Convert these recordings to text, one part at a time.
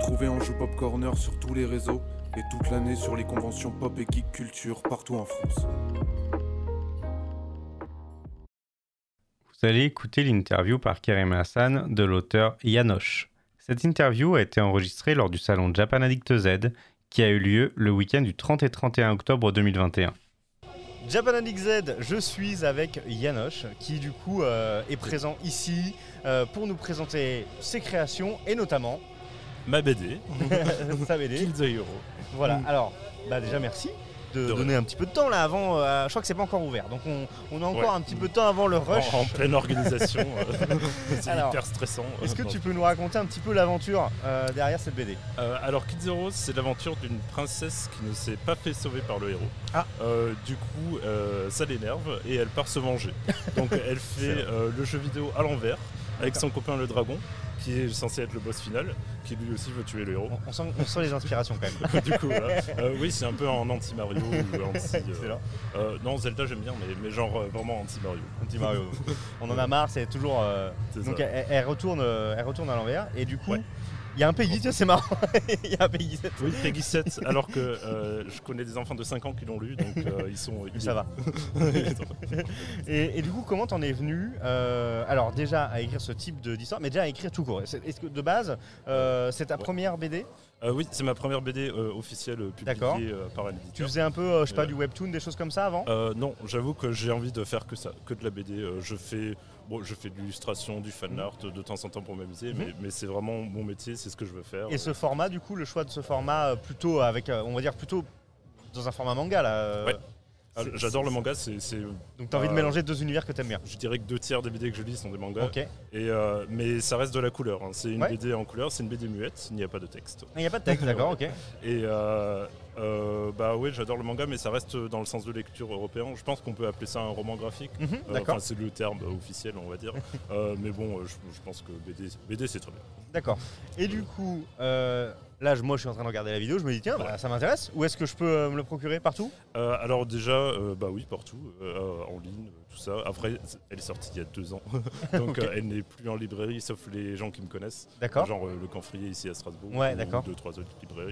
retrouver en Joue Pop Corner sur tous les réseaux et toute l'année sur les conventions pop et geek culture partout en France. Vous allez écouter l'interview par Karim Hassan de l'auteur Yanoche. Cette interview a été enregistrée lors du salon Japan Addict Z qui a eu lieu le week-end du 30 et 31 octobre 2021. Japan Addict Z, je suis avec Yanoche qui du coup est présent ici pour nous présenter ses créations et notamment ma BD, sa BD. Kill the Hero. Voilà, alors déjà merci de donner un petit peu de temps là avant, je crois que c'est pas encore ouvert, donc on a encore un petit peu de temps avant le rush. En pleine organisation, c'est alors, hyper stressant. Est-ce que tu peux nous raconter un petit peu l'aventure derrière cette BD? Alors Kill the Hero, c'est l'aventure d'une princesse qui ne s'est pas fait sauver par le héros. Ah. Du coup, ça l'énerve et elle part se venger. Donc elle fait le jeu vidéo à l'envers avec son copain le dragon, qui est censé être le boss final, qui lui aussi veut tuer le héros. On sent les inspirations quand même. Du coup, voilà. Oui, c'est un peu en anti-Mario ou anti... non, Zelda j'aime bien, mais genre vraiment anti-Mario. Anti-Mario. On en a marre, c'est toujours... donc elle retourne à l'envers, et du coup, il y a un Peggy, c'est marrant. Il y a un Peggy 7. Oui, Peggy 7, alors que je connais des enfants de 5 ans qui l'ont lu, donc ils sont... Ça va. et du coup, comment t'en es venu alors déjà à écrire ce type d'histoire, mais déjà à écrire tout court. Est-ce que de base, c'est ta première BD? Oui, c'est ma première BD officielle publiée par un éditeur. Tu faisais un peu, je sais pas, du webtoon, des choses comme ça avant? Non, j'avoue que j'ai envie de faire que ça, que de la BD. Je fais de l'illustration, du fan art de temps en temps pour m'amuser, mais c'est vraiment mon métier, c'est ce que je veux faire. Et ce format, du coup, le choix de ce format plutôt avec, on va dire plutôt dans un format manga là. Ouais. J'adore le manga, Donc t'as envie de mélanger deux univers que t'aimes bien. Je dirais que 2/3 des BD que je lis sont des mangas. Ok. Mais ça reste de la couleur. Hein. C'est une BD en couleur, c'est une BD muette, il n'y a pas de texte. Il n'y a pas de texte, d'accord, ok. Et oui, j'adore le manga, mais ça reste dans le sens de lecture européen. Je pense qu'on peut appeler ça un roman graphique. D'accord. C'est le terme officiel, on va dire. Mais bon, je pense que BD c'est très bien. D'accord. Et du coup, là, moi je suis en train de regarder la vidéo, je me dis tiens, ça m'intéresse. Où est-ce que je peux me le procurer? Partout? Alors déjà, oui, partout, en ligne, tout ça. Après, elle est sortie il y a 2 ans, donc elle n'est plus en librairie, sauf les gens qui me connaissent. D'accord. Genre le Camphrier ici à Strasbourg, ouais, d'accord. 2-3 autres librairies.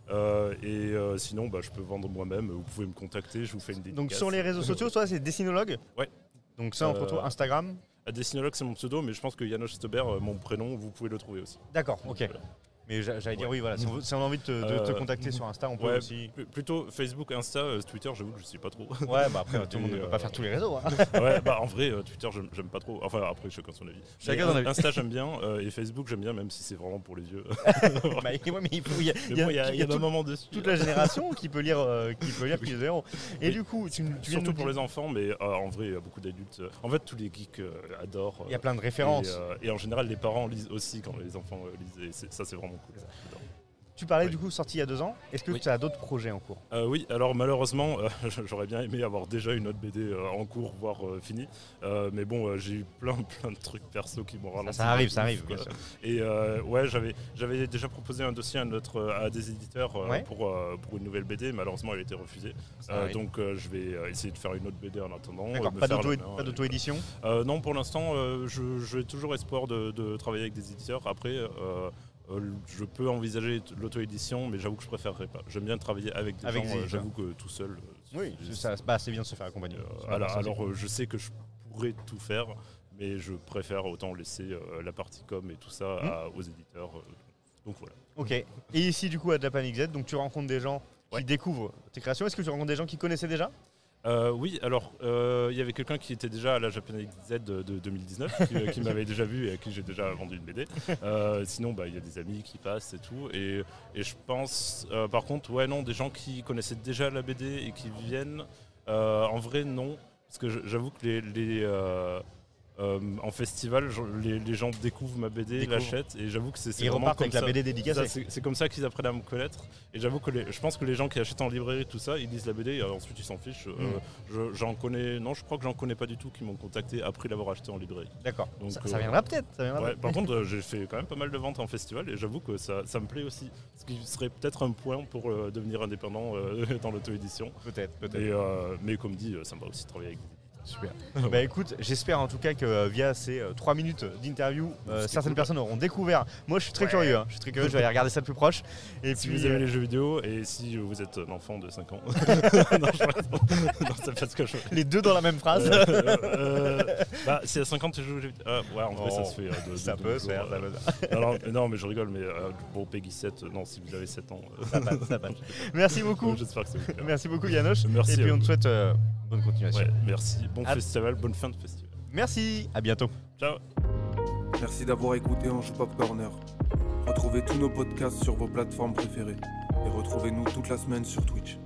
Sinon, je peux vendre moi-même. Vous pouvez me contacter, je vous fais une dédicace. Donc sur les réseaux sociaux, toi, c'est Dessinologue? Ouais. Donc ça, on retrouve Instagram? Dessinologue, c'est mon pseudo, mais je pense que Yanoche Stober, mon prénom, vous pouvez le trouver aussi. D'accord, ok. Voilà. Mais j'allais dire oui, voilà. Si on a envie de te contacter sur Insta, on peut aussi. Plutôt Facebook, Insta, Twitter, j'avoue que je sais pas trop. Ouais, après tout le monde ne peut pas faire tous les réseaux. Hein. Ouais, en vrai, Twitter, j'aime pas trop. Enfin, après, chacun son avis. Chacun son avis. Insta, j'aime bien, et Facebook, j'aime bien, même si c'est vraiment pour les vieux. Mais il y a un moment dessus. Toute la génération qui peut lire Kill the Hero. Et du coup, tu surtout pour les enfants, mais en vrai, beaucoup d'adultes. En fait, tous les geeks adorent. Il y a plein de références. Et en général, les parents lisent aussi quand les enfants lisent. Et ça, c'est vraiment cool. Tu parlais du coup sorti il y a 2 ans. Est-ce que tu as d'autres projets en cours? Oui, alors malheureusement, j'aurais bien aimé avoir déjà une autre BD en cours, voire finie. Mais bon, j'ai eu plein de trucs perso qui m'ont ralenti. Ça arrive, bien sûr. Et j'avais déjà proposé un dossier à des éditeurs pour une nouvelle BD. Malheureusement, elle a été refusée. Donc je vais essayer de faire une autre BD en attendant. Pas d'auto-édition? Non, pour l'instant, j'ai toujours espoir de travailler avec des éditeurs. Après... je peux envisager l'auto-édition, mais j'avoue que je préférerais pas. J'aime bien travailler avec des gens, j'avoue que tout seul... c'est bien de se faire accompagner. Alors je sais que je pourrais tout faire, mais je préfère autant laisser la partie com et tout ça aux éditeurs. Donc voilà. Ok. Et ici du coup à Japan Addict Z, donc tu rencontres des gens qui découvrent tes créations. Est-ce que tu rencontres des gens qui connaissaient déjà? Oui, alors il y avait quelqu'un qui était déjà à la Japan Addict Z de 2019 qui m'avait déjà vu et à qui j'ai déjà vendu une BD. Sinon, il y a des amis qui passent et tout. Et je pense, par contre, des gens qui connaissaient déjà la BD et qui viennent, en vrai, non. Parce que j'avoue que en festival, les gens découvrent ma BD, l'achètent, et j'avoue que c'est ils vraiment repartent comme avec la BD dédicacée. C'est comme ça qu'ils apprennent à me connaître. Et j'avoue que je pense que les gens qui achètent en librairie tout ça, ils lisent la BD et ensuite ils s'en fichent. Je crois que j'en connais pas du tout qui m'ont contacté après l'avoir acheté en librairie. D'accord. Donc ça viendra peut-être. Par contre, j'ai fait quand même pas mal de ventes en festival et j'avoue que ça me plaît aussi. Ce qui serait peut-être un point pour devenir indépendant dans l'auto-édition. Peut-être. Mais comme dit, ça me va aussi travailler avec des éditeurs. Super. Bah écoute, j'espère en tout cas que via ces 3 minutes d'interview, certaines personnes auront découvert. Moi je suis très curieux, je suis très curieux, je vais aller regarder ça de plus proche. Et si puis vous aimez les jeux vidéo et si vous êtes un enfant de 5 ans. Non, c'est pas ce que je les deux dans la même phrase. Bah si à 50 tu joues aux jeux vidéo. Ouais, en vrai ça se fait. Ça peut se faire, ça peut se faire. Non, mais je rigole, mais bon, Peggy 7, non, si vous avez 7 ans. Ça passe. Merci beaucoup. J'espère que ça vous plaît. Merci beaucoup Yanoche. Merci et puis à on te vous. souhaite bonne continuation. Ouais, merci. Bon festival, bonne fin de festival. Merci, à bientôt. Ciao. Merci d'avoir écouté Ange Pop Corner. Retrouvez tous nos podcasts sur vos plateformes préférées et retrouvez-nous toute la semaine sur Twitch.